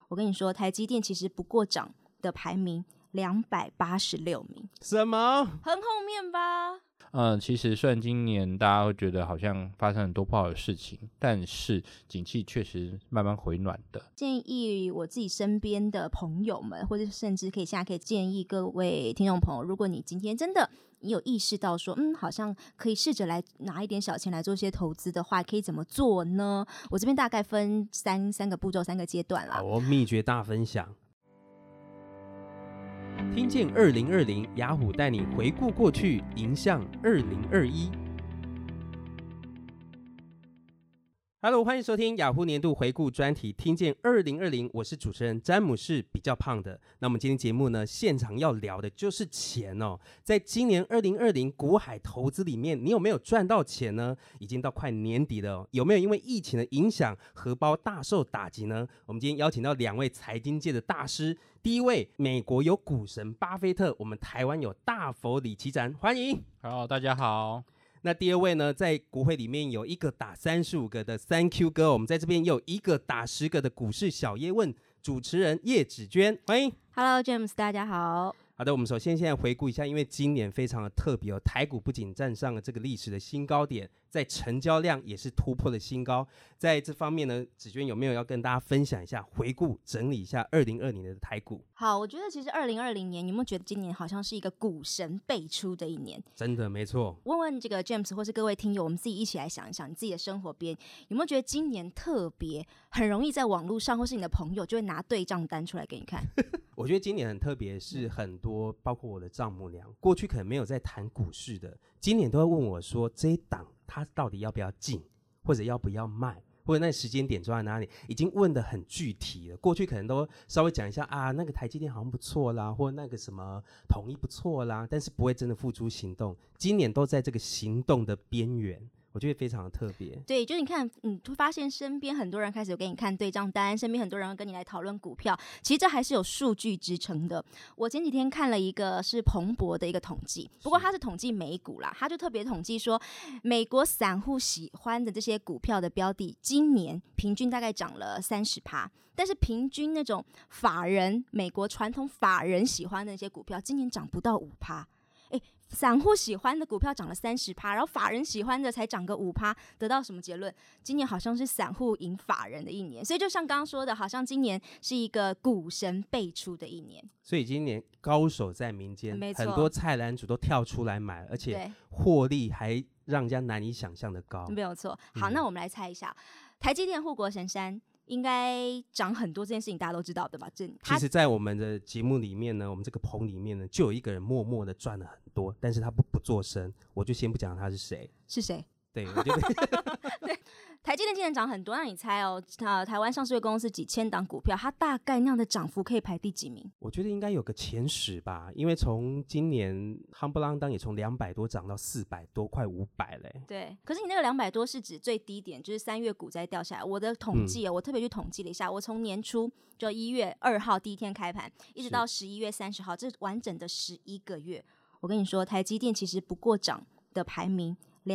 我跟你说，台积电其实不过涨的排名286名， 什么？ 很后面吧？ 其实虽然今年大家会觉得好像发生很多不好的事情，但是景气确实慢慢回暖的。 建议我自己身边的朋友们，或者甚至现在可以建议各位听众朋友，如果你今天真的你有意识到说，好像可以试着来拿一点小钱来做一些投资的话，可以怎么做呢？我这边大概分三个步骤，3个阶段啦。 好，秘诀大分享。听见2020，雅虎带你回顾过去，迎向2021。Hello， 欢迎收听雅虎年度回顾专题，听见2020，我是主持人詹姆士，比较胖的。那我们今天节目呢，现场要聊的就是钱哦。在今年2020股海投资里面，你有没有赚到钱呢？已经到快年底了，有没有因为疫情的影响，荷包大受打击呢？我们今天邀请到2位财经界的大师。第一位，美国有股神巴菲特，我们台湾有大佛李奇展，欢迎。 好，大家好。 那第二位呢，在股会里面有一个打35个的 3Q 哥，我们在这边也有一个打10个的股市小叶问，主持人叶芷娟，欢迎。 Hello James， 大家好。 好的，我们首先现在回顾一下，因为今年非常的特别哦，台股不仅站上了这个历史的新高点，在成交量也是突破了新高。在这方面呢，芷娟有没有要跟大家分享一下，回顾整理一下2020的台股？ 好，我觉得其实2020年，你有没有觉得今年好像是一个股神辈出的一年？ 真的没错。 问问这个 James 或是各位听友，我们自己一起来想一想，你自己的生活边有没有觉得今年特别很容易在网络上或是你的朋友就会拿对账单出来给你看？ 我觉得今年很特别，是很多包括我的丈母娘，过去可能没有在谈股市的，今年都会问我说，这一档他到底要不要进，或者要不要卖，或者那时间点抓在哪里，已经问得很具体了。过去可能都稍微讲一下啊，那个台积电好像不错啦，或那个什么统一不错啦，但是不会真的付诸行动。今年都在这个行动的边缘。我觉得非常的特别。 对，就你看，你会发现身边很多人开始有给你看对账单，身边很多人会跟你来讨论股票，其实这还是有数据支撑的。我前几天看了一个是彭博的一个统计，不过它是统计美股啦，它就特别统计说，美国散户喜欢的这些股票的标的，今年平均大概涨了30%，但是平均那种法人，美国传统法人喜欢的那些股票，今年涨不到5%。散户喜欢的股票涨了30%，然后法人喜欢的才涨个5%，得到什么结论？今年好像是散户赢法人的一年，所以就像刚刚说的，好像今年是一个股神辈出的一年。 所以今年高手在民间，很多菜篮子都跳出来买，而且获利还让人家难以想象的高。 没有错。好，那我们来猜一下，台积电护国神山应该涨很多，这件事情大家都知道的吧？ 其实在我们的节目里面呢，我们这个棚里面呢，就有一个人默默的赚了很多，但是他不做声，我就先不讲他是谁。 是谁？ 对，我就对，台积电今年涨很多，那你猜哦，台湾上市公司几千档股票，它大概那样的涨幅可以排第几名？ 我觉得应该有个前10吧，因为从今年夯不啷当也从200多涨到400多，快500嘞。 对，可是你那个200多是指最低点，就是3月股灾掉下来。我的统计我特别去统计了一下，我从年初就1月2号第一天开盘，一直到11月30号，这完整的11个月。我跟你说，台积电其实不过涨的排名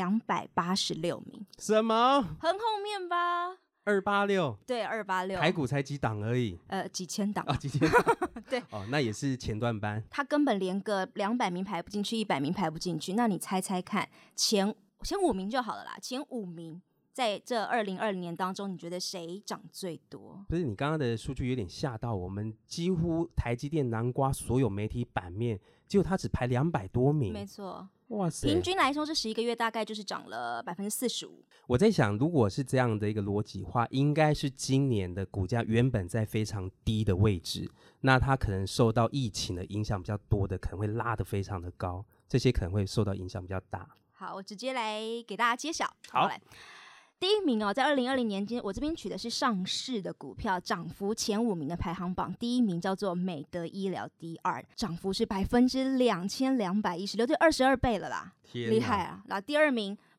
286名， 什么？ 很后面吧 ？286， 对，286， 台股才几档而已， 几千档啊，几千档， 对， 哦，那也是前段班， 他根本连个200名排不进去，100名排不进去，那你猜猜看，前5名就好了啦，前5名。在这2020年当中，你觉得谁涨最多？ 不是，你刚刚的数据有点吓到我们，几乎台积电南瓜所有媒体版面，结果它只排200多名。 没错， 哇塞！ 平均来说，这11个月大概就是涨了45%。 我在想，如果是这样的一个逻辑话，应该是今年的股价原本在非常低的位置，那它可能受到疫情的影响比较多的，可能会拉得非常的高，这些可能会受到影响比较大。 好，我直接来给大家揭晓。 好， 来。第一名在2020年，我这边取的是上市的股票涨幅前5名的排行榜，第一名叫做美德医疗 D2， 涨幅是2216%，对，22倍了啦，厉害啊！然后第二名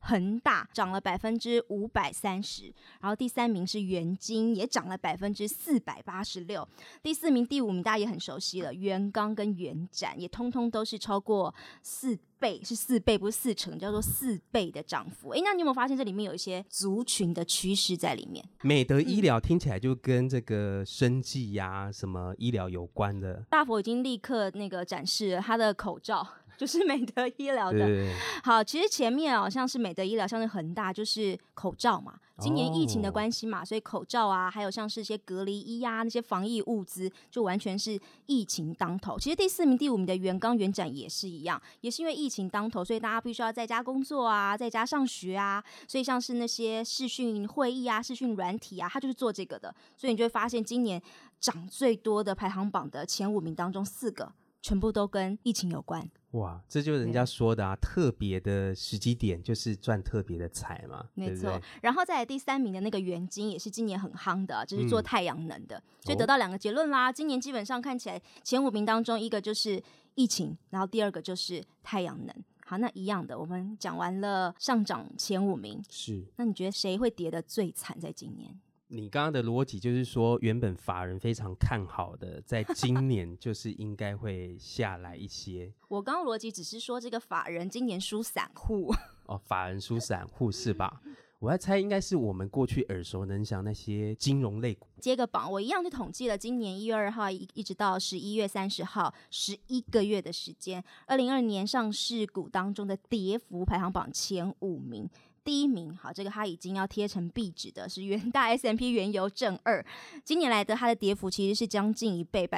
恒大涨了530%，然后第3名是元金也涨了486%，第4名、第5名大家也很熟悉了，元刚跟元展也通通都是超过4倍，是4倍不是4成，叫做4倍的涨幅。那你有没有发现这里面有一些族群的趋势在里面？ 美德医疗听起来就跟这个生技呀、什么医疗有关的。 大佛已经立刻那个展示了他的口罩，就是美德医疗的。 对， 好，其实前面像是美德医疗，像是恒大就是口罩嘛，今年疫情的关系嘛，所以口罩啊，还有像是一些隔离衣啊，那些防疫物资，就完全是疫情当头。其实第4名、第5名的元刚、元展也是一样，也是因为疫情当头，所以大家必须要在家工作啊，在家上学啊，所以像是那些视讯会议啊、视讯软体啊，它就是做这个的。所以你就会发现，今年涨最多的排行榜的前5名当中，4个全部都跟疫情有关。 哇，这就是人家说的特别的时机点就是赚特别的财嘛， 没错。 对不对？ 然后再来第3名的那个元晶也是今年很夯的，就是做太阳能的，所以得到2个结论啦。今年基本上看起来前5名当中，一个就是疫情，然后第2个就是太阳能。好，那一样的，我们讲完了上涨前5名， 是。 那你觉得谁会跌得最惨在今年？ 你刚刚的逻辑就是说，原本法人非常看好的，在今年就是应该会下来一些。 我刚刚逻辑只是说，这个法人今年输散户哦，法人输散户是吧？我在猜应该是我们过去耳熟能详那些金融类股。 接个榜，我一样就统计了今年1月2号一直到11月30号11个月的时间，2022年上市股当中的跌幅排行榜前5名。第1名，好，这个它已经要贴成壁纸的是元大 S&P 原油正2，今年来的它的跌幅其实是将近1倍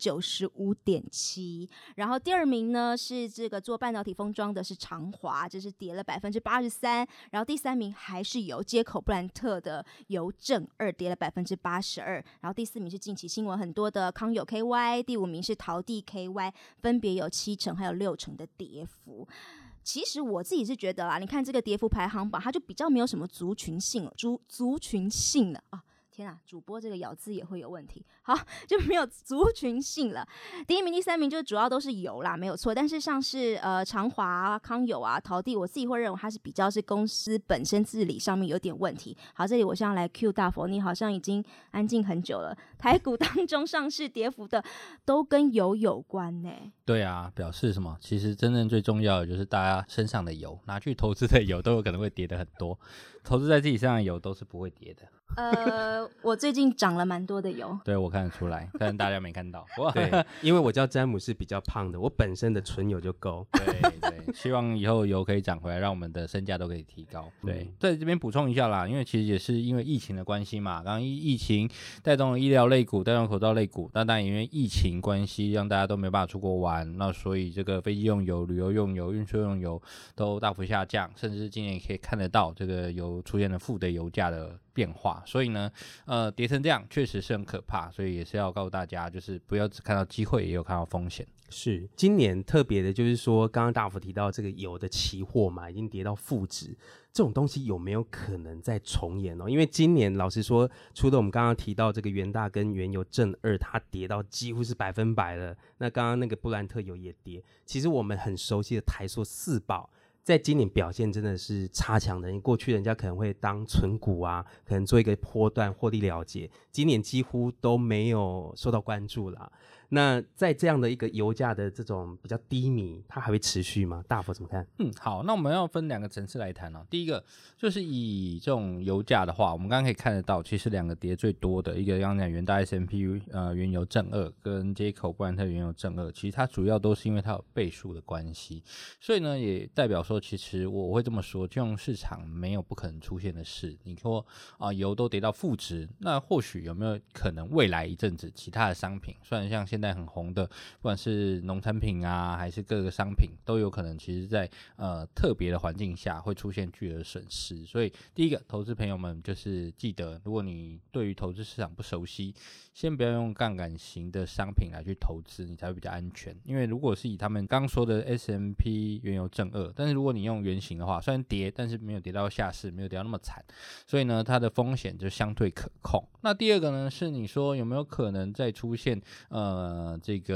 ，95.7%。然后第2名呢是这个做半导体封装的是长华，这是跌了83%。然后第3名还是有接口布兰特的油正2，跌了82%。然后第4名是近期新闻很多的康友 KY， 第5名是陶地 KY， 分别有7成还有6成的跌幅。其实我自己是觉得啦，你看这个跌幅排行榜，它就比较没有什么族群性了，族群性了啊！天啊，主播这个咬字也会有问题，好，就没有族群性了。第1名、第3名就主要都是油啦，没有错。但是像是长华啊、康友啊、陶地，我自己会认为它是比较是公司本身治理上面有点问题。好，这里我现在来 Q 大佛，你好像已经安静很久了。台股当中上市跌幅的都跟油有关呢。 对啊，表示什么？其实真正最重要的就是大家身上的油，拿去投资的油都有可能会跌得很多，投资在自己身上的油都是不会跌的。 我最近涨了蛮多的油， 对，我看得出来，但大家没看到。 对，因为我叫詹姆是比较胖的，我本身的纯油就够。 对，希望以后油可以涨回来，让我们的身价都可以提高。对，在这边补充一下啦，因为其实也是因为疫情的关系嘛，刚刚疫情带动了医疗类股，带动口罩类股，那当然因为疫情关系，让大家都没办法出国玩，那所以这个飞机用油、旅游用油、运输用油都大幅下降，甚至今年也可以看得到这个油出现了负的油价的变化，所以呢，跌成这样确实是很可怕，所以也是要告诉大家，就是不要只看到机会，也有看到风险。 是，今年特别的就是说，刚刚大福提到这个油的期货嘛，已经跌到负值，这种东西有没有可能再重演哦？因为今年老实说，除了我们刚刚提到这个元大跟原油正2，它跌到几乎是100%了，那刚刚那个布兰特油也跌，其实我们很熟悉的台塑四宝，在今年表现真的是差强人意。过去人家可能会当存股啊，可能做一个波段获利了结，今年几乎都没有受到关注啦。那在这样的一个油价的这种比较低迷，它还会持续吗？大佛怎么看？ 好，那我们要分2个层次来谈哦。第一个就是以这种油价的话，我们刚刚可以看得到，其实2个跌最多的，一个刚刚讲元大 S&P 原油正2跟接口布兰特原油正2，其实它主要都是因为它有倍数的关系，所以呢也代表说，其实我会这么说，金融市场没有不可能出现的事。你说油都跌到负值，那或许有没有可能未来一阵子其他的商品，虽然像现在很红的，不管是农产品啊，还是各个商品，都有可能其实在特别的环境下会出现巨额损失。所以第一个，投资朋友们就是记得，如果你对于投资市场不熟悉，先不要用杠杆型的商品来去投资，你才会比较安全。因为如果是以他们刚说的 S&P 原油正2，但是如果你用原型的话，虽然跌，但是没有跌到下市，没有跌到那么惨，所以呢，它的风险就相对可控。那第二个呢，是你说有没有可能再出现这个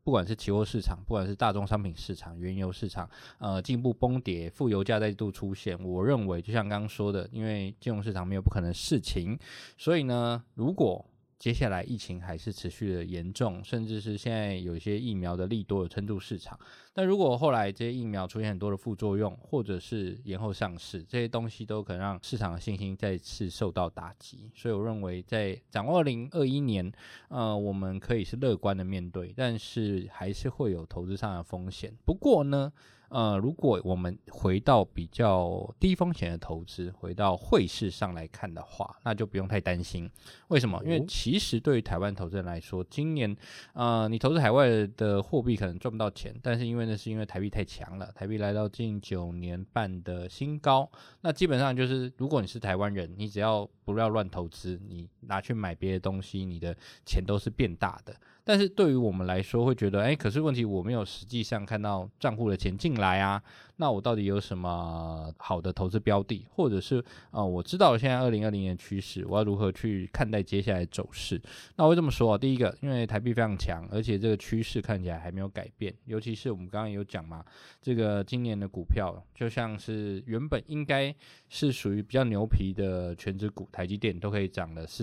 不管是期货市场，不管是大宗商品市场、原油市场，进一步崩跌，负油价再度出现，我认为就像刚刚说的，因为金融市场没有不可能的事情，所以呢，如果接下来疫情还是持续的严重，甚至是现在有一些疫苗的利多有撑住市场，但如果后来这些疫苗出现很多的副作用，或者是延后上市，这些东西都可能让市场的信心再次受到打击。所以我认为在展望2021年，我们可以是乐观的面对，但是还是会有投资上的风险。不过呢，如果我们回到比较低风险的投资，回到汇市上来看的话，那就不用太担心。为什么？因为其实对于台湾投资人来说，今年你投资海外的货币可能赚不到钱，但是因为台币太强了，台币来到近9年半的新高，那基本上就是如果你是台湾人，你只要不要乱投资，你拿去买别的东西，你的钱都是变大的。但是对于我们来说会觉得，可是问题我没有实际上看到账户的钱进来啊，那我到底有什么好的投资标的，或者是我知道现在2020年趋势，我要如何去看待接下来的走势？那我会这么说，第一个，因为台币非常强，而且这个趋势看起来还没有改变，尤其是我们刚刚有讲嘛，这个今年的股票就像是原本应该是属于比较牛皮的全指股，台积电都可以涨了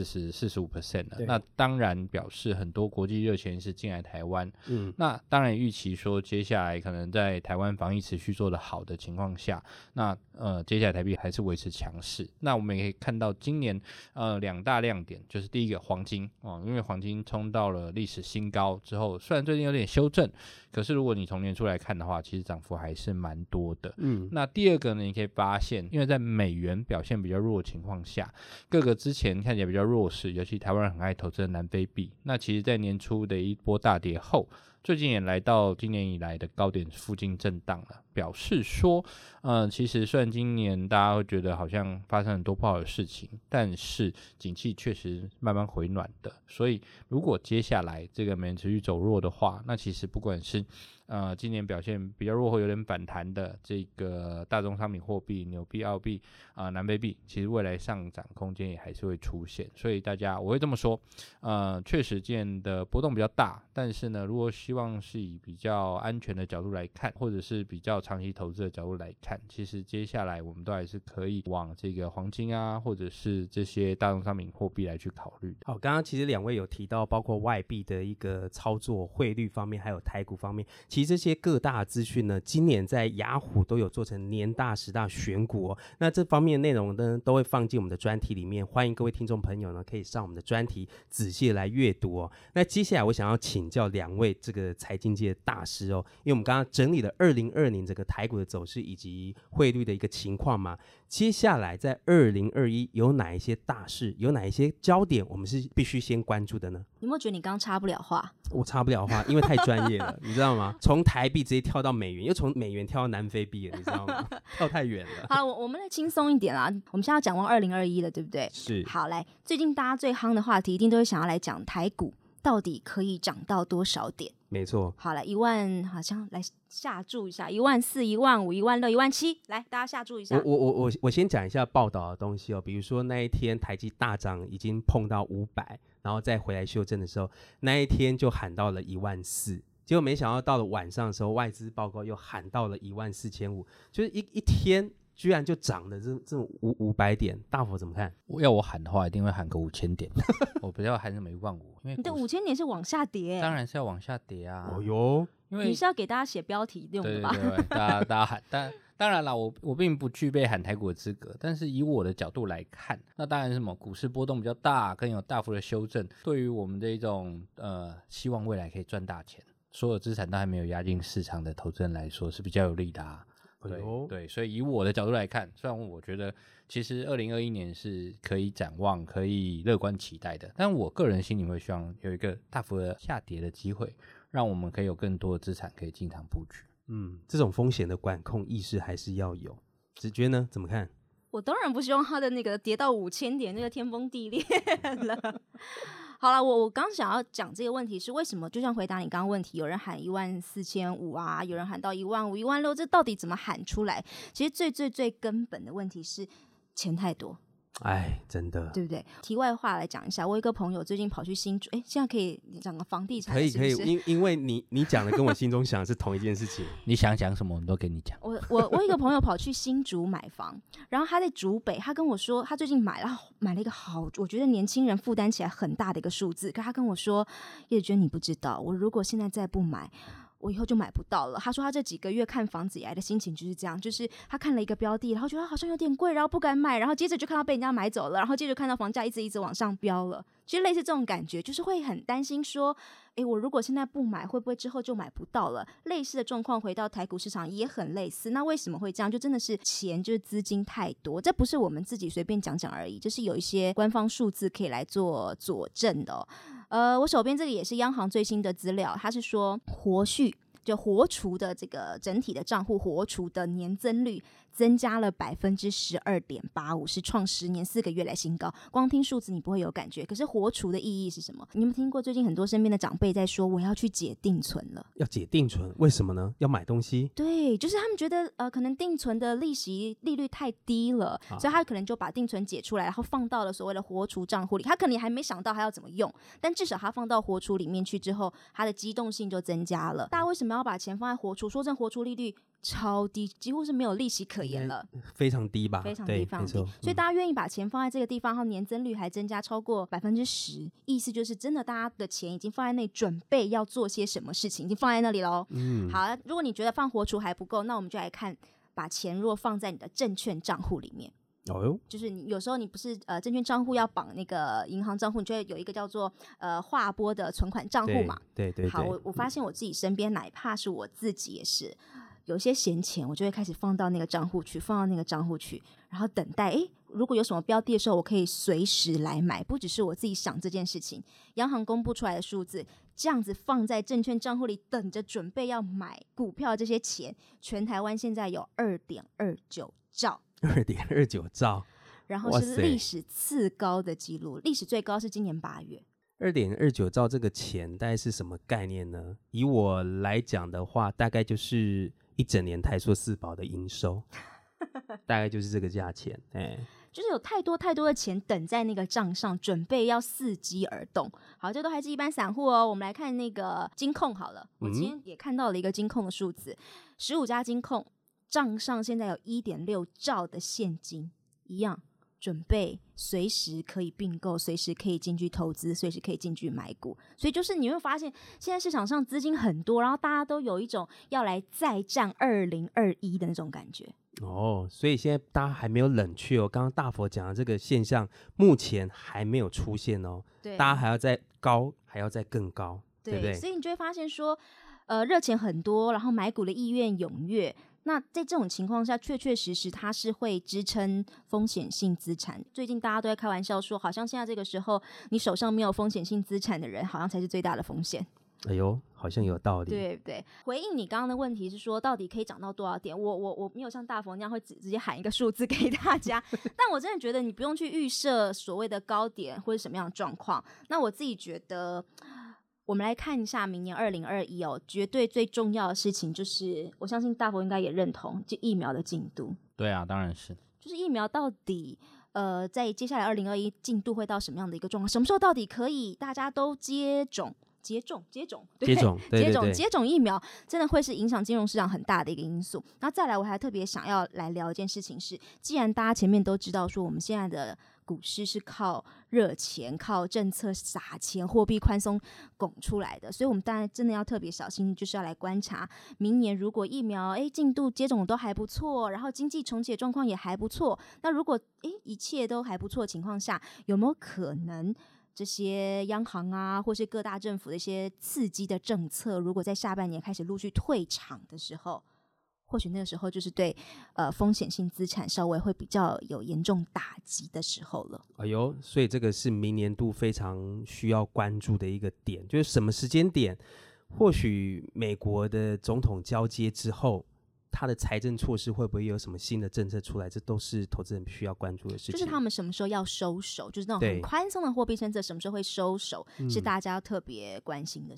45% 了，那当然表示很多国际热钱是进来台湾，那当然预期说接下来可能在台湾防疫持续做得好的情况下，那接下来台币还是维持强势。那我们也可以看到今年2大亮点，就是第一个黄金因为黄金冲到了历史新高之后，虽然最近有点修正，可是如果你从年初来看的话，其实涨幅还是蛮多的。那第二个呢，你可以发现，因为在美元表现比较弱的情况下，各个之前看起来比较弱势，尤其台湾人很爱投资的南非币，那其实在年初的一波大跌后，最近也来到今年以来的高点附近震荡了，表示说其实虽然今年大家会觉得好像发生很多不好的事情，但是景气确实慢慢回暖的，所以如果接下来这个美元持续走弱的话，那其实不管是今年表现比较弱或有点反弹的这个大宗商品货币纽币、澳币南非币，其实未来上涨空间也还是会出现。所以大家我会这么说，确实今年的波动比较大，但是呢，如果希望是以比较安全的角度来看，或者是比较长期投资的角度来看，其实接下来我们都还是可以往这个黄金啊，或者是这些大宗商品货币来去考虑的。 好，刚刚其实两位有提到包括外币的一个操作、汇率方面，还有台股方面，其实这些各大资讯呢，今年在雅虎都有做成年大10大选股那这方面的内容呢，都会放进我们的专题里面，欢迎各位听众朋友呢，可以上我们的专题仔细来阅读那接下来我想要请教两位这个财经界的大师因为我们刚刚整理了2020年这个台股的走势以及汇率的一个情况嘛，接下来在2021有哪一些大事，有哪一些焦点，我们是必须先关注的呢？ 有没有觉得你刚刚插不了话？ 我插不了话，因为太专业了，你知道吗？从台币直接跳到美元，又从美元跳到南非币了，你知道吗？跳太远了。 好，我们来轻松一点啦。我们现在要展望2021了，对不对？ 是。 好，来，最近大家最夯的话题，一定都会想要来讲台股到底可以涨到多少点？ 没错。 好，来10000，好像来下注一下，14000、15000、16000、17000，来大家下注一下。 我先讲一下报道的东西比如说那一天台积大涨已经碰到500，然后再回来修正的时候，那一天就喊到了14000，结果没想到到了晚上的时候，外资报告又喊到了14500，就是一天居然就涨了这500点，大佛怎么看？ 要我喊的话，一定会喊个5000点。我不要喊什么15000，因为你的5000点是往下跌当然是要往下跌啊。 哦哟， 因为你是要给大家写标题用的吧？ 对，大家喊，当然啦，我并不具备喊台股的资格，但是以我的角度来看，那当然是什么股市波动比较大，更有大幅的修正，对于我们这种希望未来可以赚大钱，所有资产都还没有压进市场的投资人来说是比较有利的啊。对，所以以我的角度来看，虽然我觉得其实2021年是可以展望、可以乐观期待的，但我个人心里会希望有一个大幅的下跌的机会，让我们可以有更多的资产可以进场布局。 这种风险的管控意识还是要有。子娟呢，怎么看？ 我当然不希望它的那个跌到5000点，那个天崩地裂了。好了，我刚想要讲这个问题是为什么？就像回答你刚刚问题，有人喊14500啊，有人喊到15000、16000，这到底怎么喊出来？其实最根本的问题是钱太多。 哎，真的， 对不对？题外话来讲一下，我有一个朋友最近跑去新竹，现在可以讲个房地产可以可以， 是不是因为你讲的跟我心中想的是同一件事情。 你想讲什么，我们都跟你讲。 我有一个朋友跑去新竹买房，然后他在竹北，他跟我说他最近买了一个我觉得年轻人负担起来很大的一个数字，可他跟我说，叶娟你不知道，我如果现在再不买，我以后就买不到了。他说他这几个月看房子以来的心情就是这样，就是他看了一个标的，然后觉得好像有点贵，然后不敢买，然后接着就看到被人家买走了，然后接着看到房价一直往上飙了。其实类似这种感觉，就是会很担心说，我如果现在不买，会不会之后就买不到了？类似的状况回到台股市场也很类似。那为什么会这样？就真的是钱，就是资金太多，这不是我们自己随便讲讲而已，就是有一些官方数字可以来做佐证的我手边这个也是央行最新的资料，它是说活续就活储的这个整体的账户活储的年增率增加了12.85%，是创10年4个月来新高。光听数字你不会有感觉，可是活储的意义是什么？你有没有听过最近很多身边的长辈在说我要去解定存了？ 要解定存，为什么呢？要买东西？ 对，就是他们觉得可能定存的利率太低了，所以他可能就把定存解出来，然后放到了所谓的活储账户里。他可能也还没想到他要怎么用，但至少他放到活储里面去之后，他的机动性就增加了。大家为什么要把钱放在活储？说真，活储利率超低，几乎是没有利息可言了， 非常低吧？ 非常低，非常低。所以大家家愿意把钱放在这个地方，然后年增率还增加超过10%，意思就是真的大家的钱已经放在那里，准备要做些什么事情，已经放在那里咯。好，如果你觉得放活储还不够，那我们就来看把钱如果放在你的证券账户里面。就是你有时候你不是证券账户要绑那个银行账户，你就会有一个叫做划拨的存款账户嘛。 对。 好，我发现我自己身边，哪怕是我自己也是有些闲钱，我就会开始放到那个账户去，然后等待如果有什么标的的时候，我可以随时来买，不只是我自己想这件事情。央行公布出来的数字，这样子放在证券账户里，等着准备要买股票的这些钱，全台湾现在有2.29兆。 2.29兆， 然后是历史次高的记录，历史最高是今年8月。 2.29兆这个钱大概是什么概念呢？以我来讲的话，大概就是一整年台塑四宝的营收，大概就是这个价钱。 就是有太多的钱等在那个账上，准备要伺机而动。好，这都还是一般散户哦。我们来看那个金控好了，我今天也看到了一个金控的数字，15家金控账上现在有1.6兆的现金，一样准备随时可以并购，随时可以进去投资，随时可以进去买股。所以就是你会发现现在市场上资金很多，然后大家都有一种要来再战2021的那种感觉。 所以现在大家还没有冷却哦。刚刚大佛讲的这个现象目前还没有出现哦，对，大家还要再高，还要再更高， 对不对？ 所以你就会发现说热钱很多，然后买股的意愿踊跃。那在这种情况下，确实它是会支撑风险性资产。最近大家都在开玩笑说，好像现在这个时候，你手上没有风险性资产的人，好像才是最大的风险。 哎呦，好像有道理。 对不对？回应你刚刚的问题是说，到底可以涨到多少点？我没有像大佛那样会直接喊一个数字给大家，但我真的觉得你不用去预设所谓的高点或者什么样的状况。那我自己觉得，我们来看一下明年2021绝对最重要的事情就是，我相信大佛应该也认同，就疫苗的进度。 对啊，当然是。 就是疫苗到底在接下来2021进度会到什么样的一个状况？什么时候到底可以大家都接种疫苗，真的会是影响金融市场很大的一个因素。然后再来，我还特别想要来聊一件事情是，既然大家前面都知道说我们现在的股市是靠热钱、靠政策撒钱、货币宽松拱出来的，所以我们当然真的要特别小心，就是要来观察明年如果疫苗进度接种都还不错，然后经济重启状况也还不错，那如果一切都还不错的情况下，有没有可能这些央行啊，或是各大政府的一些刺激的政策，如果在下半年开始陆续退场的时候，或许那个时候就是对风险性资产稍微会比较有严重打击的时候了。 哎呦，所以这个是明年度非常需要关注的一个点，就是什么时间点，或许美国的总统交接之后，他的财政措施会不会有什么新的政策出来，这都是投资人需要关注的事情。 就是他们什么时候要收手，就是那种很宽松的货币政策什么时候会收手，是大家要特别关心的事情。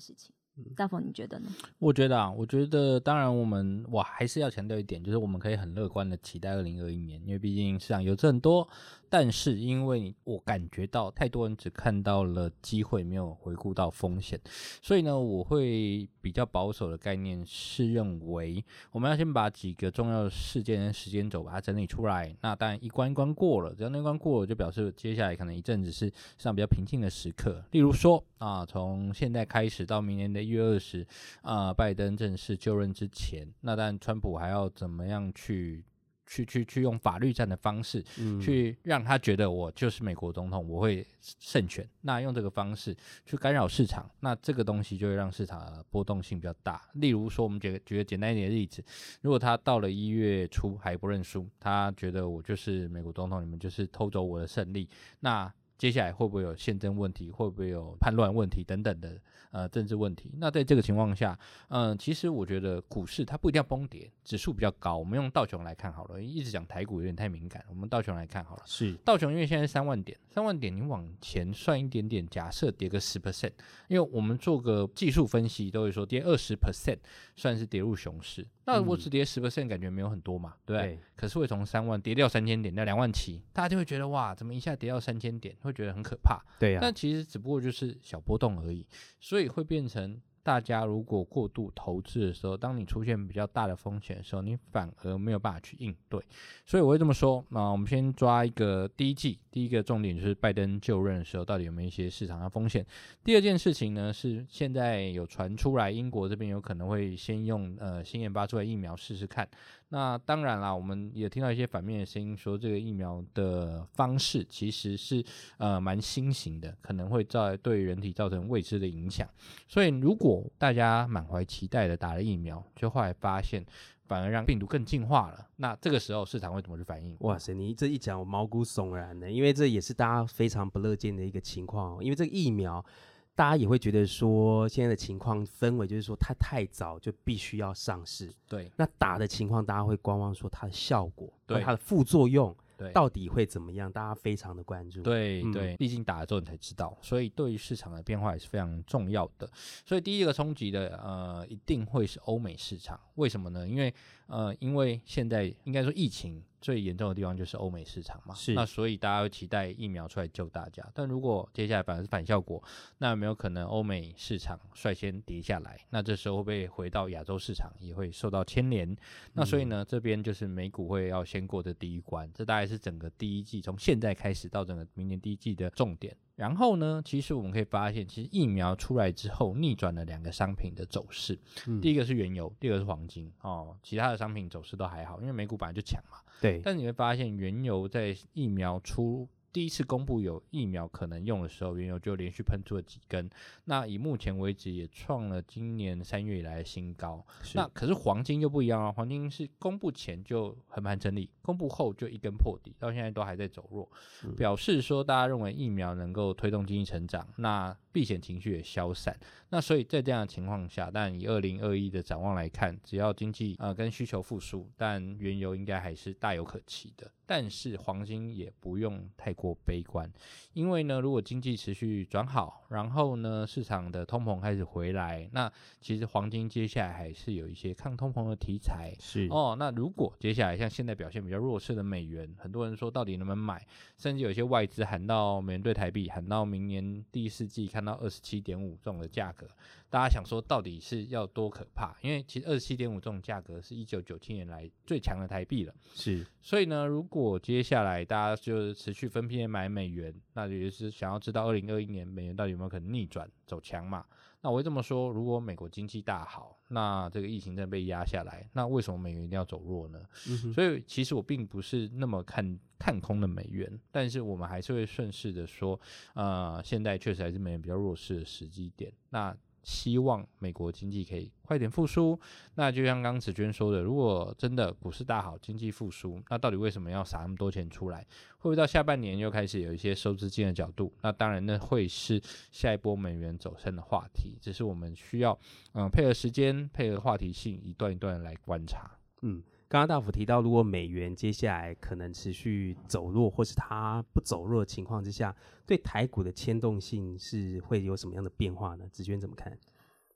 大佛你觉得呢？ 我觉得当然我还是要强调一点，就是我们可以很乐观的期待2021年，因为毕竟市场游资很多，但是因为我感觉到太多人只看到了机会，没有回顾到风险，所以呢，我会比较保守的概念是认为我们要先把几个重要的事件跟时间轴把它整理出来。那当然一关一关过了，只要那关过了，就表示接下来可能一阵子是市场比较平静的时刻。例如说从现在开始到明年的1月20拜登正式就任之前，那当然川普还要怎么样去用法律战的方式，去让他觉得我就是美国总统，我会胜选。那用这个方式去干扰市场，那这个东西就会让市场的波动性比较大。例如说，我们举个简单一点的例子，如果他到了1月初还不认输，他觉得我就是美国总统，你们就是偷走我的胜利，那接下来会不会有宪政问题，会不会有叛乱问题等等的政治问题？那在这个情况下，其实我觉得股市它不一定要崩跌，指数比较高，我们用道琼来看好了，一直讲台股有点太敏感，我们道琼来看好了。 是道琼因为现在3万点，3万点你往前算一点点，假设跌个10%，因为我们做个技术分析都会说跌20%算是跌入熊市。那我只跌10%，感觉没有很多嘛，对不对？可是会从3万跌掉3000点到2万7，大家就会觉得哇，怎么一下跌到3000点，会觉得很可怕。 对啊， 但其实只不过就是小波动而已，所以会变成大家如果过度投资的时候，当你出现比较大的风险的时候，你反而没有办法去应对。所以我会这么说，我们先抓一个第一季，第一个重点就是拜登就任的时候到底有没有一些市场的风险。第二件事情呢是现在有传出来英国这边有可能会先用新研发出来疫苗试试看。那当然啦，我们也听到一些反面的声音，说这个疫苗的方式其实是蛮新型的，可能会对人体造成未知的影响。所以如果大家满怀期待的打了疫苗，就后来发现反而让病毒更进化了，那这个时候市场会怎么去反应？ 哇塞，你这一讲我毛骨悚然的，因为这也是大家非常不乐见的一个情况因为这个疫苗大家也会觉得说现在的情况氛围就是说它太早就必须要上市， 对， 那打的情况大家会观望说它的效果， 对， 它的副作用对， 到底会怎么样，大家非常的关注。 对对，毕竟打了之后你才知道，所以对于市场的变化也是非常重要的。所以第一个冲击的一定会是欧美市场，为什么呢？因为现在应该说疫情最严重的地方就是欧美市场嘛，那所以大家会期待疫苗出来救大家。但如果接下来反而是反效果，那有没有可能欧美市场率先跌下来？那这时候会不会回到亚洲市场也会受到牵连？那所以呢，这边就是美股会要先过这第一关，这大概是整个第一季从现在开始到整个明年第一季的重点。然后呢，其实我们可以发现，其实疫苗出来之后逆转了2个商品的走势，第一个是原油，第二个是黄金其他的商品走势都还好，因为美股本来就强嘛。 对， 但你会发现原油在疫苗第一次公布有疫苗可能用的时候，原油就连续喷出了几根，那以目前为止也创了今年3月以来的新高。那可是黄金就不一样黄金是公布前就横盘整理，公布后就一根破底，到现在都还在走弱，表示说大家认为疫苗能够推动经济成长，那避险情绪也消散。那所以在这样的情况下，但以2021的展望来看，只要经济跟需求复苏，但原油应该还是大有可期的。但是黄金也不用太过悲观，因为呢，如果经济持续转好，然后呢，市场的通膨开始回来，那其实黄金接下来还是有一些抗通膨的题材。那如果接下来像现在表现比较弱势的美元，很多人说到底能不能买，甚至有一些外资喊到美元对台币喊到明年第4季看到27.5这种的价格，大家想说到底是要多可怕？因为其实27.5这种价格是1997年来最强的台币了。所以呢，如果接下来大家就持续分批的买美元，那也就是想要知道2021年美元到底有没有可能逆转走强嘛？那我会这么说，如果美国经济大好，那这个疫情真的被压下来，那为什么美元一定要走弱呢？所以其实我并不是那么看空的美元，但是我们还是会顺势的说，现在确实还是美元比较弱势的时机点。那希望美国经济可以快点复苏。那就像刚刚子娟说的，如果真的股市大好，经济复苏，那到底为什么要撒那么多钱出来？会不会到下半年又开始有一些收资金的角度？那当然那会是下一波美元走升的话题，只是我们需要配合时间，配合话题性，一段一段来观察。 刚刚大福提到，如果美元接下来可能持续走弱，或是它不走弱的情况之下，对台股的牵动性是会有什么样的变化呢？子娟怎么看？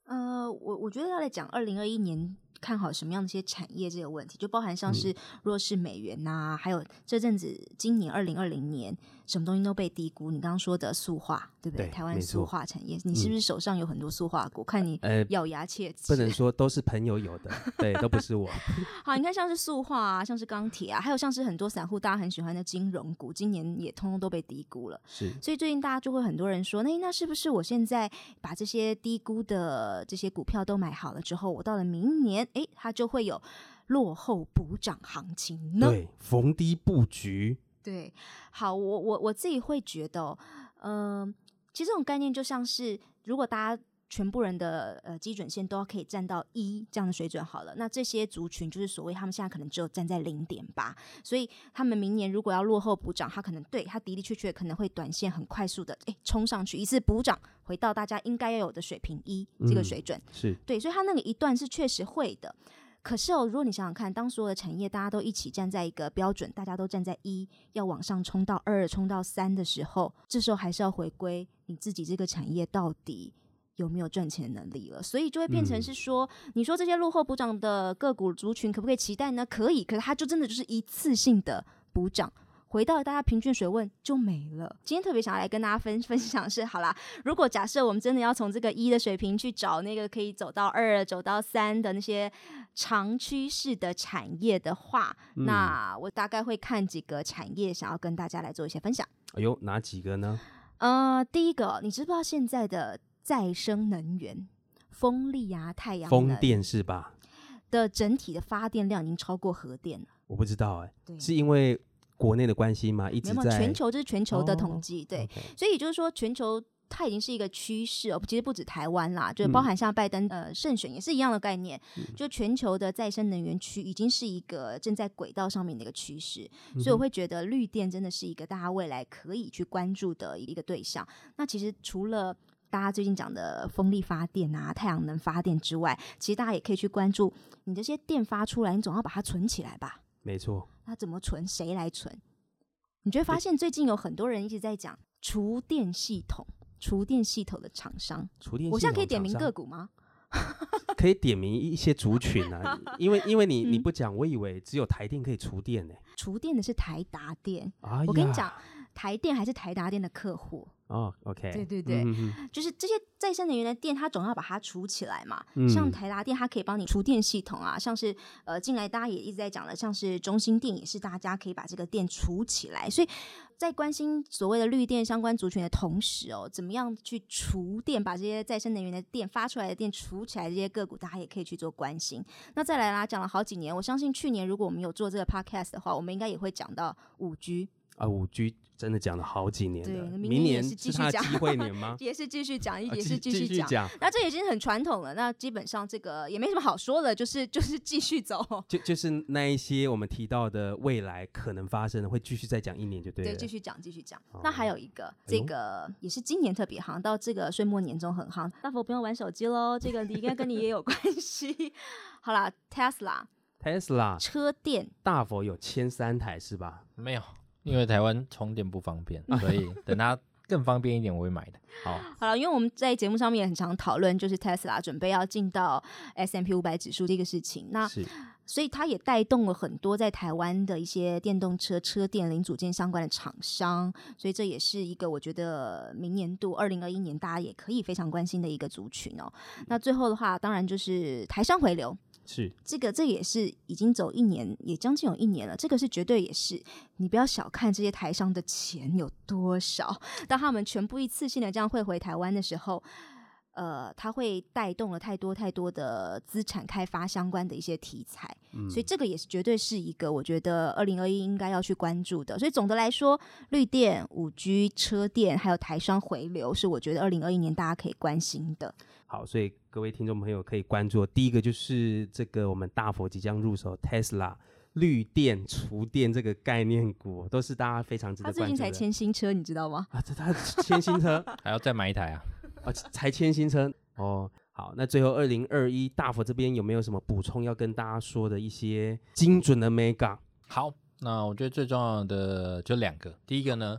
我觉得要来讲2021年看好什么样的一些产业这个问题，就包含像是弱势美元呐、还有这阵子今年2020年什么东西都被低估。你刚刚说的塑化，对不对？ 对台湾塑化产业，你是不是手上有很多塑化股？看你咬牙切齿。 不能说都是朋友有的，对，都不是我。 好，你看像是塑化啊，像是钢铁啊，还有像是很多散户大家很喜欢的金融股，今年也通通都被低估了。 是， 所以最近大家就会很多人说，那是不是我现在把这些低估的这些股票都买好了之后，我到了明年，它就会有落后补涨行情呢？ 对，逢低布局。 对，好，我自己会觉得，其实这种概念就像是，如果大家全部人的基准线都可以站到1这样的水准好了，那这些族群就是所谓他们现在可能只有站在0.8，所以他们明年如果要落后补涨，他可能对他的确可能会短线很快速的冲上去，一次补涨回到大家应该要有的水平1这个水准， 是对，所以他那个一段是确实会的。可是如果你想想看，当所有的产业大家都一起站在一个标准，大家都站在1，要往上冲到2，冲到3的时候，这时候还是要回归你自己这个产业到底有没有赚钱的能力了。所以就会变成是说，你说这些落后补涨的个股族群可不可以期待呢？可以，可是它就真的就是一次性的补涨，回到大家平均水温就没了。今天特别想要来跟大家分享是，好啦，如果假设我们真的要从这个1的水平去找那个可以走到2、走到3的那些长趋势的产业的话，那我大概会看几个产业，想要跟大家来做一些分享。 哎呦，哪几个呢？ 第一个，你知不知道现在的再生能源，风力啊、太阳能、 风电是吧？ 的整体的发电量已经超过核电了。 我不知道对， 是因为国内的关系吗？一直在全球，这是全球的统计，对， okay 所以就是说全球它已经是一个趋势哦，其实不止台湾啦，就包含像拜登胜选也是一样的概念，就全球的再生能源区已经是一个正在轨道上面的一个趋势，所以我会觉得绿电真的是一个大家未来可以去关注的一个对象。那其实除了大家最近讲的风力发电啊、太阳能发电之外，其实大家也可以去关注你这些电发出来，你总要把它存起来吧？ 没错。 那怎么存？谁来存？你就会发现最近有很多人一直在讲厨电系统的厂商。我现在可以点名个股吗？ 可以点名一些族群啊，因为你不讲，我以为只有台电可以厨电呢。 厨电的是台达电， 我跟你讲，台电还是台达电的客户。 OK， 对，就是这些再生能源的电，它总要把它储起来嘛。像台达电，它可以帮你储电系统啊，像是近来大家也一直在讲的，像是中兴电也是大家可以把这个电储起来。所以在关心所谓的绿电相关族群的同时怎么样去储电，把这些再生能源的电发出来的电储起来，这些个股大家也可以去做关心。那再来啦，讲了好几年，我相信去年如果我们有做这个 podcast 的话，我们应该也会讲到5G。 5G 真的讲了好几年了， 对，明年是他的机会年吗？ 也是继续讲，也是继续讲。 那这已经很传统了，那基本上这个也没什么好说的，就是继续走。 就是那一些我们提到的未来可能发生的，会继续再讲1年就对了。 对，继续讲。那还有一个，这个也是今年特别夯，到这个岁末年终很夯。大佛不用玩手机喽，这个应该跟你也有关系。好啦 ，Tesla 车电， 大佛有牵3台是吧？ 没有。因为台湾充电不方便，所以等它更方便一点我会买的。 好了，因为我们在节目上面也很常讨论，就是 Tesla 准备要进到 S&P 500指数这个事情，那所以它也带动了很多在台湾的一些电动车车电零组件相关的厂商，所以这也是一个我觉得明年度2021年大家也可以非常关心的一个族群哦。那最后的话，当然就是台商回流。 是这也是已经走1年，也将近有1年了。这个是绝对也是，你不要小看这些台商的钱有多少。当他们全部一次性的这样汇回台湾的时候，它会带动了太多的资产开发相关的一些题材，所以这个也是绝对是一个我觉得2021应该要去关注的。所以总的来说，绿电、5G、车电还有台商回流是我觉得2021年大家可以关心的。 好，所以各位听众朋友可以关注第一个就是这个我们大佛即将入手 Tesla 绿电厨电这个概念股，都是大家非常值得关注的。 他最近才签新车，你知道吗？ 他签新车还要再买一台啊？ 才签新车哦。好，那最后2021大佛这边有没有什么补充要跟大家说的一些精准的 mega？ 好，那我觉得最重要的就2个。第一个呢，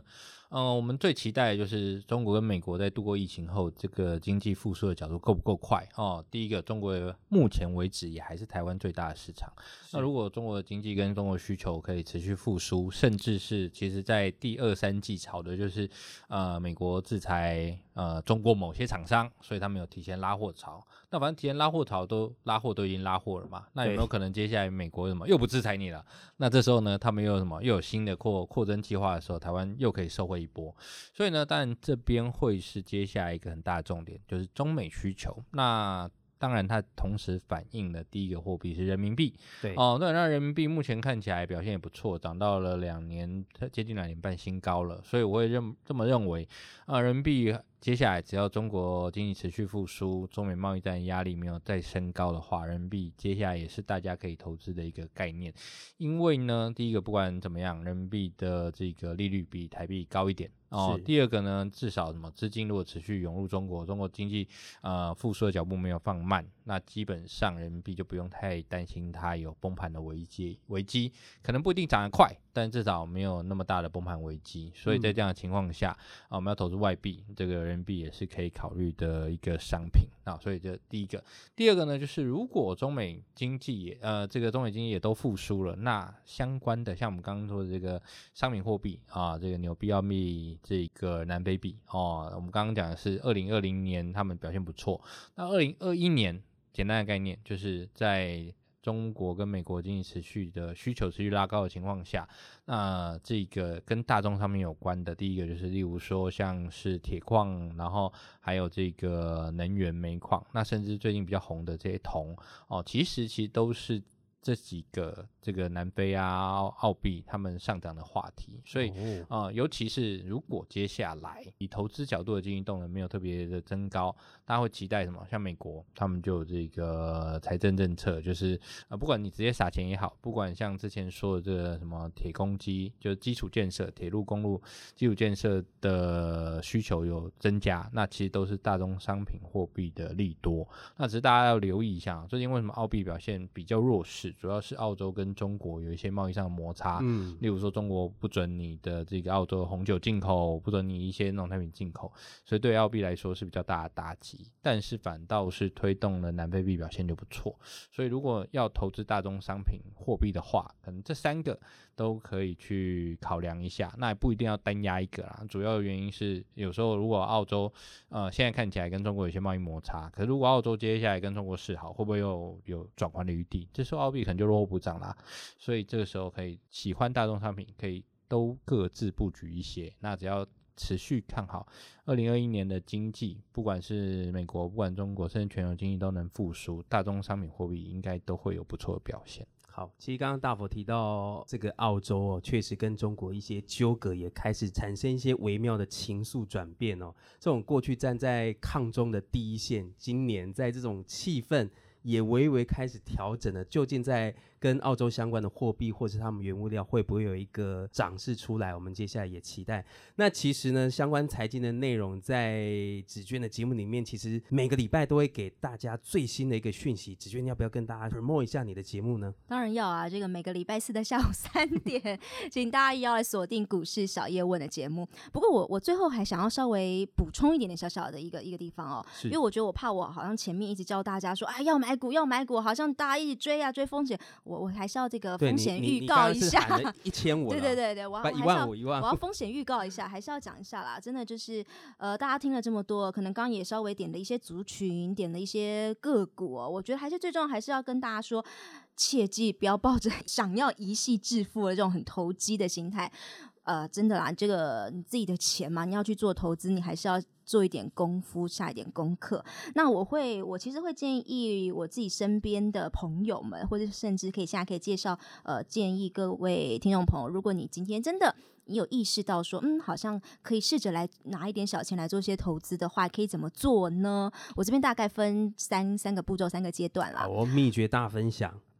我们最期待的就是中国跟美国在度过疫情后，这个经济复苏的角度够不够快哦？第一个，中国目前为止也还是台湾最大的市场。那如果中国的经济跟中国需求可以持续复苏，甚至是其实在第2、3季炒的就是美国制裁中国某些厂商，所以他们有提前拉货潮。那反正提前拉货潮都已经拉货了嘛，那有没有可能接下来美国什么又不制裁你了？那这时候呢，他们又有新的扩增计划的时候，台湾又可以受惠一波。所以呢，当然这边会是接下来一个很大的重点，就是中美需求。那当然它同时反映的第一个货币是人民币。 对对，那人民币目前看起来表现也不错，涨到了接近2年半新高了，所以我会这么认为人民币接下来只要中国经济持续复苏，中美贸易战压力没有再升高的话，人民币接下来也是大家可以投资的一个概念。因为呢，第一个不管怎么样，人民币的这个利率比台币高一点第二个呢，至少资金如果持续涌入中国经济复苏的脚步没有放慢，那基本上人民币就不用太担心它有崩盘的危机，可能不一定涨得快，但至少没有那么大的崩盘危机。所以在这样的情况下我们要投资外币，这个人民币也是可以考虑的一个商品所以这第一个。第二个呢，就是如果中美经济也都复苏了，那相关的像我们刚刚说的这个商品货币这个纽币、澳币、这个南非币我们刚刚讲的是2020年他们表现不错，那2021年简单的概念就是在中国跟美国经济需求持续拉高的情况下，那这个跟大宗上面有关的，第一个就是例如说像是铁矿，然后还有这个能源煤矿，那甚至最近比较红的这些铜其实都是这几个这个南非澳币他们上涨的话题。所以尤其是如果接下来以投资角度的经济动能没有特别的增高，大家会期待什么？像美国他们就有这个财政政策，就是不管你直接撒钱也好，不管像之前说的这个什么铁公基，就是基础建设、铁路、公路基础建设的需求有增加，那其实都是大宗商品货币的利多。那只是大家要留意一下，最近为什么澳币表现比较弱势，主要是澳洲跟中国有一些贸易上的摩擦，例如说中国不准你的这个澳洲的红酒进口，不准你一些农产品进口，所以对澳币来说是比较大的打击，但是反倒是推动了南非币表现就不错。所以如果要投资大宗商品货币的话，可能这3个都可以去考量一下，那也不一定要单压一个啦。主要的原因是有时候如果澳洲现在看起来跟中国有些贸易摩擦，可是如果澳洲接下来跟中国示好，会不会有转换的余地？这时候澳币可能就落后补涨啦。所以这个时候可以喜欢大宗商品可以都各自布局一些，那只要持续看好2021年的经济，不管是美国不管中国甚至全球经济都能复苏，大宗商品货币应该都会有不错的表现。 好，其实刚刚大佛提到这个澳洲确实跟中国一些纠葛也开始产生一些微妙的情愫转变这种过去站在抗中的第一线，今年在这种气氛也微微开始调整了，究竟在跟澳洲相关的货币或是他们原物料会不会有一个涨势出来，我们接下来也期待。那其实呢，相关财经的内容在芷娟的节目里面，其实每个礼拜都会给大家最新的一个讯息。芷娟，要不要跟大家 promote 一下你的节目呢？ 当然要啊，这个每个礼拜4的下午3点请大家要来锁定股市小叶问的节目。不过我最后还想要稍微补充一点点小小的一个地方因为我觉得我怕我好像前面一直教大家说要买股，好像大家一直追风险，我还是要这个风险预告一下。 你1500了，对，我要风险预告一下，还是要讲一下啦。真的就是大家听了这么多，可能刚刚也稍微点了一些族群，点了一些个股我觉得还是最重要，还是要跟大家说，切记不要抱着想要一夕致富的这种很投机的心态。真的啦，这个你自己的钱嘛，你要去做投资，你还是要做一点功夫，下一点功课。那我其实会建议我自己身边的朋友们，或者甚至现在可以介绍建议各位听众朋友，如果你今天真的你有意识到说好像可以试着来拿一点小钱来做些投资的话，可以怎么做呢？我这边大概分三个步骤，3个阶段啦。 好，秘诀大分享。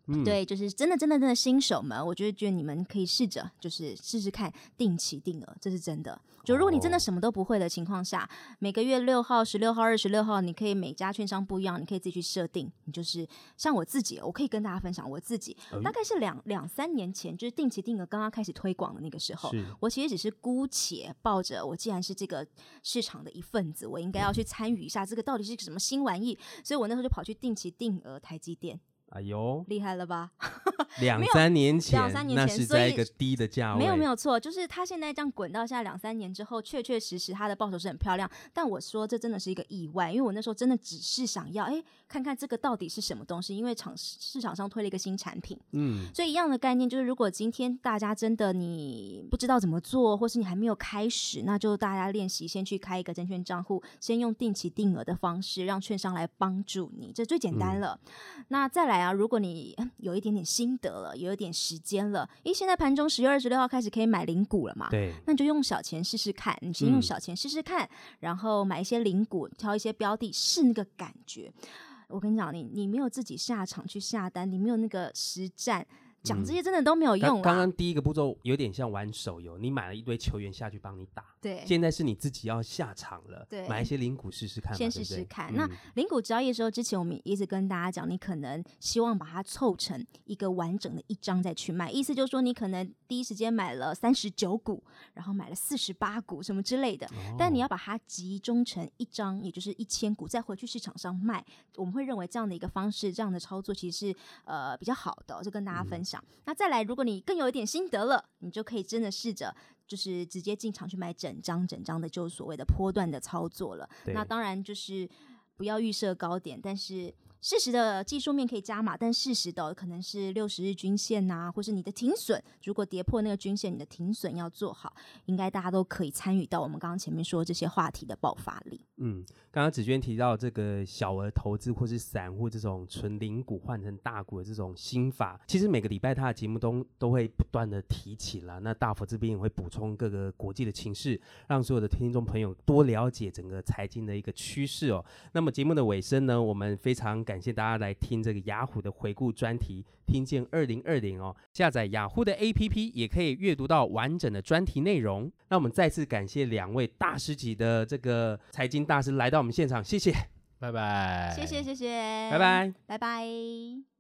对，就是真的新手们，我觉得你们可以试着就是试试看定期定额，这是真的。就如果你真的什么都不会的情况下，每个月6号、16号、26号，你可以每家券商不一样，你可以自己去设定。你就是像我自己，我可以跟大家分享我自己，大概是两三年前，就是定期定额刚刚开始推广的那个时候，我其实只是姑且抱着我既然是这个市场的一份子，我应该要去参与一下这个到底是什么新玩意，所以我那时候就跑去定期定额台积电。 哎呦， 厉害了吧两三年前那是所以在一个低的价位， 没有错，就是他现在这样滚到现在2-3年之后，确实他的报酬是很漂亮。但我说这真的是一个意外，因为我那时候真的只是想要看看这个到底是什么东西，因为市场上推了一个新产品，所以一样的概念就是，如果今天大家真的你不知道怎么做，或是你还没有开始，那就大家练习先去开一个证券账户，先用定期定额的方式让券商来帮助你，这最简单了。那再来如果你有一点点心得了，有一点时间了，现在盘中10月26号开始可以买零股了嘛？ 对， 那你就用小钱试试看，你先用小钱试试看，然后买一些零股，挑一些标的，试那个感觉。我跟你讲，你没有自己下场去下单，你没有那个实战。讲这些真的都没有用刚刚第一个步骤有点像玩手游，你买了一堆球员下去帮你打， 对， 现在是你自己要下场了， 对， 买一些零股试试看， 先试试看。那零股交易的时候，之前我们一直跟大家讲，你可能希望把它凑成一个完整的一张再去卖，意思就是说你可能第一时间买了39股，然后买了48股什么之类的，但你要把它集中成一张，也就是1000股，再回去市场上卖。我们会认为这样的一个方式，这样的操作其实是比较好的，就跟大家分享。那再来，如果你更有一点心得了，你就可以真的试着就是直接进场去买整张的，就是所谓的波段的操作了。那当然就是不要预设高点，但是适时的技术面可以加码，但适时的可能是60日均线或是你的停损，如果跌破那个均线，你的停损要做好，应该大家都可以参与到我们刚刚前面说这些话题的爆发力。 刚刚芷娟提到这个小额投资或是散户这种纯零股换成大股的这种心法，其实每个礼拜他的节目都会不断的提起了。那大佛这边也会补充各个国际的情势，让所有的听众朋友多了解整个财经的一个趋势哦。那么节目的尾声呢，我们非常感谢大家来听这个雅虎的回顾专题，听见2020哦。下载雅虎的 APP 也可以阅读到完整的专题内容。那我们再次感谢2位大师级的这个财经大师来到我们现场，谢谢， 拜拜， 谢谢， 拜拜， 拜拜。